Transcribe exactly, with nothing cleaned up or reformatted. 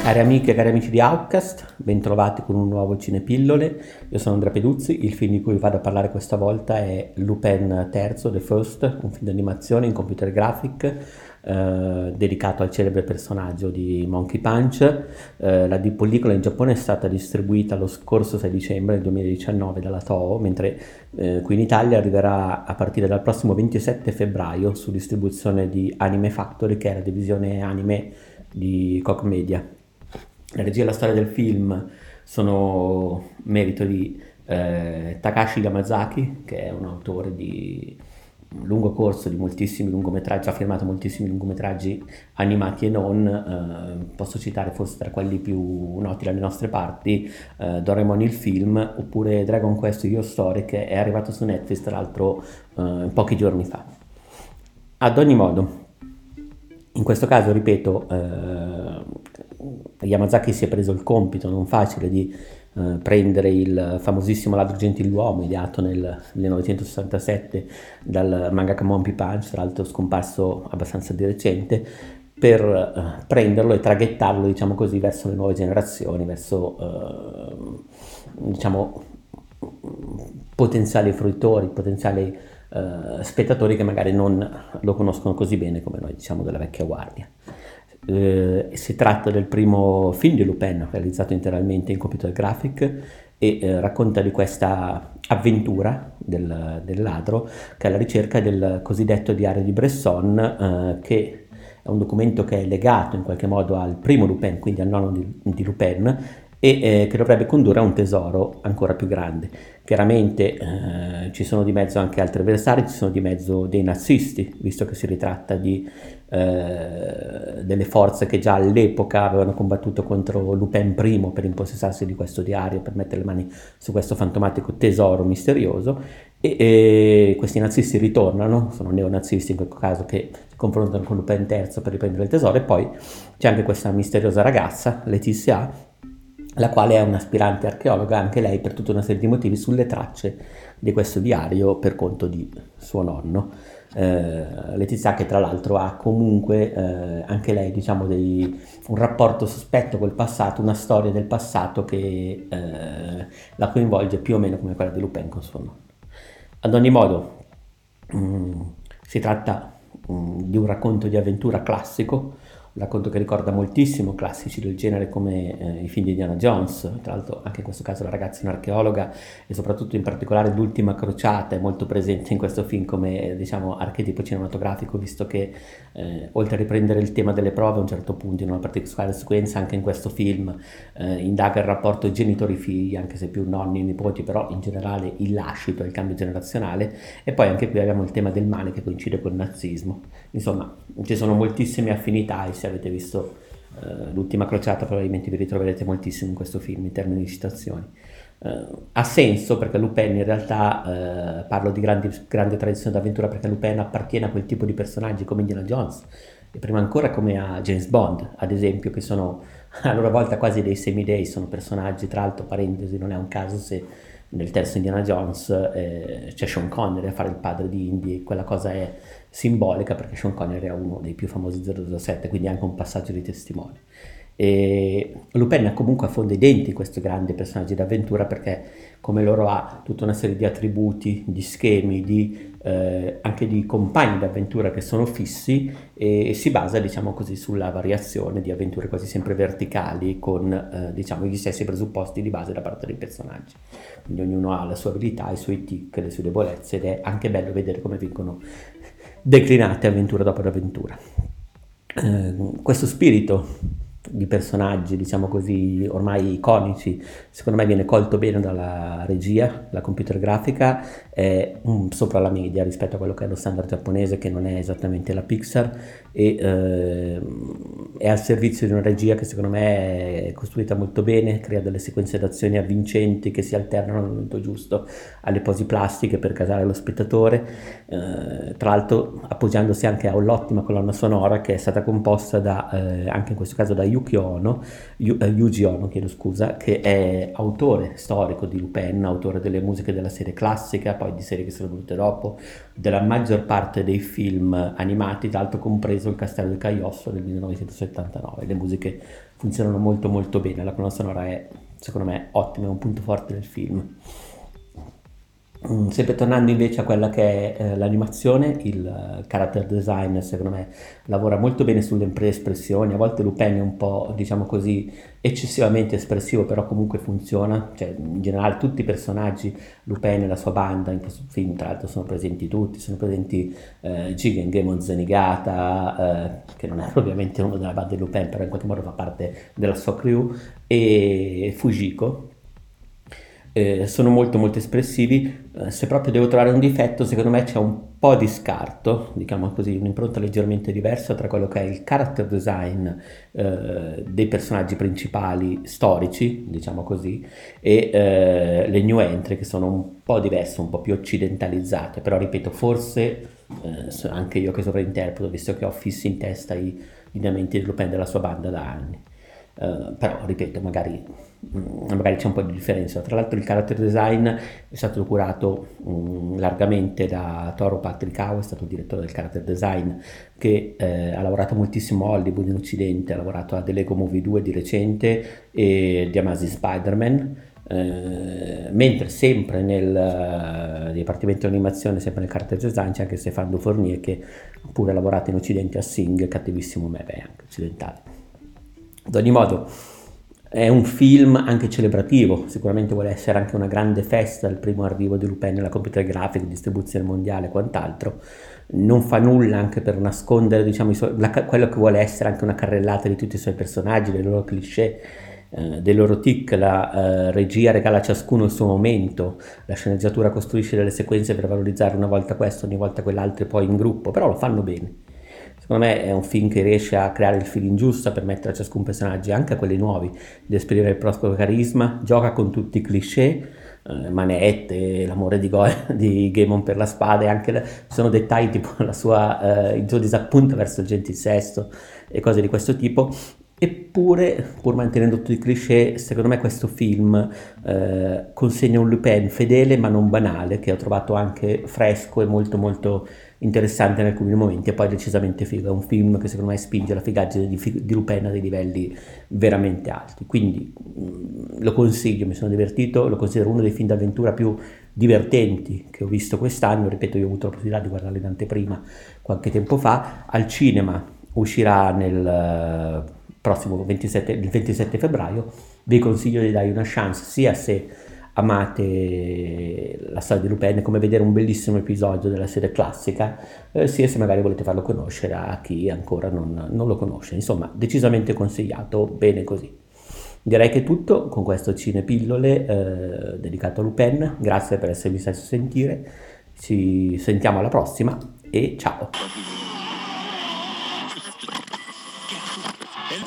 Cari amiche e cari amici di Outcast, bentrovati con un nuovo Cinepillole. Io sono Andrea Peduzzi, il film di cui vado a parlare questa volta è Lupin terzo, The First, un film d'animazione in computer graphic eh, dedicato al celebre personaggio di Monkey Punch. Eh, la di pellicola in Giappone è stata distribuita lo scorso sei dicembre del duemiladiciannove dalla Toho, mentre eh, qui in Italia arriverà a partire dal prossimo ventisette febbraio su distribuzione di Anime Factory, che è la divisione anime di Koch Media. La regia e la storia del film sono merito di eh, Takashi Yamazaki, che è un autore di un lungo corso di moltissimi lungometraggi, ha firmato moltissimi lungometraggi animati e non. Eh, posso citare forse tra quelli più noti dalle nostre parti eh, Doraemon il film, oppure Dragon Quest Your Story, che è arrivato su Netflix tra l'altro eh, pochi giorni fa. Ad ogni modo, in questo caso, ripeto, eh, Yamazaki si è preso il compito non facile di eh, prendere il famosissimo Ladro Gentiluomo, ideato nel millenovecentosessantasette dal mangaka Monkey Punch, tra l'altro scomparso abbastanza di recente, per eh, prenderlo e traghettarlo, diciamo così, verso le nuove generazioni, verso eh, diciamo potenziali fruitori, potenziali Uh, spettatori che magari non lo conoscono così bene come noi, diciamo, della vecchia guardia. Uh, si tratta del primo film di Lupin realizzato interamente in computer graphic e uh, racconta di questa avventura del, del ladro che è alla ricerca del cosiddetto diario di Bresson, uh, che è un documento che è legato in qualche modo al primo Lupin, quindi al nonno di, di Lupin, e eh, che dovrebbe condurre a un tesoro ancora più grande. Chiaramente eh, ci sono di mezzo anche altri avversari, ci sono di mezzo dei nazisti, visto che si ritratta di eh, delle forze che già all'epoca avevano combattuto contro Lupin I per impossessarsi di questo diario, per mettere le mani su questo fantomatico tesoro misterioso, e, e questi nazisti ritornano, sono neonazisti in quel caso, che si confrontano con Lupin terzo per riprendere il tesoro. E poi c'è anche questa misteriosa ragazza, Letizia, la quale è un'aspirante archeologa, anche lei per tutta una serie di motivi, sulle tracce di questo diario per conto di suo nonno. Eh, Letizia, che tra l'altro ha comunque eh, anche lei, diciamo, dei, un rapporto sospetto col passato, una storia del passato che eh, la coinvolge più o meno come quella di Lupin con suo nonno. Ad ogni modo, mh, si tratta mh, di un racconto di avventura classico, un racconto che ricorda moltissimo classici del genere come eh, i film di Indiana Jones. Tra l'altro anche in questo caso la ragazza è un'archeologa e soprattutto in particolare l'ultima crociata è molto presente in questo film come, diciamo, archetipo cinematografico, visto che eh, oltre a riprendere il tema delle prove a un certo punto in una particolare sequenza anche in questo film eh, indaga il rapporto genitori-figli, anche se più nonni e nipoti, però in generale il lascito e il cambio generazionale. E poi anche qui abbiamo il tema del male che coincide col nazismo. Insomma, ci sono moltissime affinità e se avete visto uh, l'ultima crociata probabilmente vi ritroverete moltissimo in questo film in termini di citazioni. Uh, ha senso perché Lupin in realtà, uh, parlo di grandi, grande tradizione d'avventura, perché Lupin appartiene a quel tipo di personaggi come Indiana Jones e prima ancora come a James Bond, ad esempio, che sono a loro volta quasi dei semidei, sono personaggi, tra l'altro, parentesi, non è un caso se nel terzo Indiana Jones eh, c'è Sean Connery a fare il padre di Indy, e quella cosa è simbolica perché Sean Connery è uno dei più famosi zero zero sette, quindi anche un passaggio di testimone. E Lupin ha comunque affonda i denti questi grandi personaggi d'avventura perché come loro ha tutta una serie di attributi, di schemi, di, eh, anche di compagni d'avventura che sono fissi, e, e si basa, diciamo così, sulla variazione di avventure quasi sempre verticali con eh, diciamo gli stessi presupposti di base da parte dei personaggi. Quindi ognuno ha la sua abilità, i suoi tic, le sue debolezze, ed è anche bello vedere come vengono declinate avventura dopo avventura. Eh, questo spirito di personaggi, diciamo così, ormai iconici, secondo me viene colto bene dalla regia. La computer grafica è um, sopra la media rispetto a quello che è lo standard giapponese, che non è esattamente la Pixar, e eh, è al servizio di una regia che secondo me è costruita molto bene, crea delle sequenze d'azioni avvincenti che si alternano nel momento giusto alle posi plastiche per casare lo spettatore, eh, tra l'altro appoggiandosi anche all'ottima colonna sonora che è stata composta da, eh, anche in questo caso da Yuki Ono, Yu, eh, Yuji Ono, chiedo scusa, che è autore storico di Lupin, autore delle musiche della serie classica, poi di serie che sono venute dopo, della maggior parte dei film animati, tra l'altro compreso Il Castello del Cagliostro del millenovecentosettantanove. Le musiche funzionano molto molto bene, la colonna sonora è secondo me ottima, è un punto forte del film. Mm, Sempre tornando invece a quella che è eh, l'animazione, il eh, character design secondo me lavora molto bene sulle espressioni, a volte Lupin è un po', diciamo così, eccessivamente espressivo, però comunque funziona, cioè in generale tutti i personaggi, Lupin e la sua banda in questo film tra l'altro sono presenti tutti, sono presenti eh, Jigen Gemon Zenigata, eh, che non è ovviamente uno della banda di Lupin, però in qualche modo fa parte della sua crew, e Fujiko. Eh, sono molto molto espressivi. Eh, se proprio devo trovare un difetto, secondo me c'è un po' di scarto, diciamo così, un'impronta leggermente diversa tra quello che è il character design eh, dei personaggi principali storici, diciamo così, e eh, le new entry che sono un po' diverse, un po' più occidentalizzate, però ripeto, forse eh, anche io che sovrainterpreto, visto che ho fissi in testa i lineamenti di Lupin della sua banda da anni. Uh, però ripeto, magari, mm, magari c'è un po' di differenza. Tra l'altro il character design è stato curato mm, largamente da Toro Patrick Howe, è stato il direttore del character design che eh, ha lavorato moltissimo a Hollywood in Occidente, ha lavorato a The Lego Movie due di recente e The Amazing Spider-Man. Eh, mentre sempre nel uh, dipartimento di animazione, sempre nel character design c'è anche Stefano Fournier che ha pure lavorato in Occidente a Sing, Cattivissimo Me, beh, anche occidentale. Ad ogni modo è un film anche celebrativo, sicuramente vuole essere anche una grande festa, il primo arrivo di Lupin nella computer graphic, distribuzione mondiale e quant'altro. Non fa nulla anche per nascondere, diciamo, suoi, la, quello che vuole essere anche una carrellata di tutti i suoi personaggi, dei loro cliché, eh, dei loro tic. La eh, regia regala a ciascuno il suo momento, la sceneggiatura costruisce delle sequenze per valorizzare una volta questo, ogni volta quell'altro, e poi in gruppo, però lo fanno bene. Secondo me è un film che riesce a creare il feeling giusto, a permettere a ciascun personaggio, anche a quelli nuovi, di esprimere il proprio carisma, gioca con tutti i cliché, eh, manette, l'amore di, Go- di Gaemon per la spada, e anche la- ci sono dettagli tipo la sua, eh, il suo disappunto verso il Gentilsesto e cose di questo tipo. Eppure, pur mantenendo tutti i cliché, secondo me questo film eh, consegna un Lupin fedele ma non banale, che ho trovato anche fresco e molto molto interessante in alcuni momenti, e poi decisamente figo. È un film che secondo me spinge la figaggine di, fi- di Lupin a dei livelli veramente alti, quindi mh, lo consiglio, mi sono divertito, lo considero uno dei film d'avventura più divertenti che ho visto quest'anno. Ripeto, io ho avuto la possibilità di guardarlo in anteprima qualche tempo fa, al cinema uscirà nel eh, prossimo ventisette, il ventisette febbraio. Vi consiglio di dargli una chance, sia se amate la storia di Lupin, come vedere un bellissimo episodio della serie classica, eh, sia se magari volete farlo conoscere a chi ancora non, non lo conosce. Insomma, decisamente consigliato, bene così. Direi che è tutto con questo Cinepillole eh, dedicato a Lupin. Grazie per essermi stato a sentire, ci sentiamo alla prossima e ciao!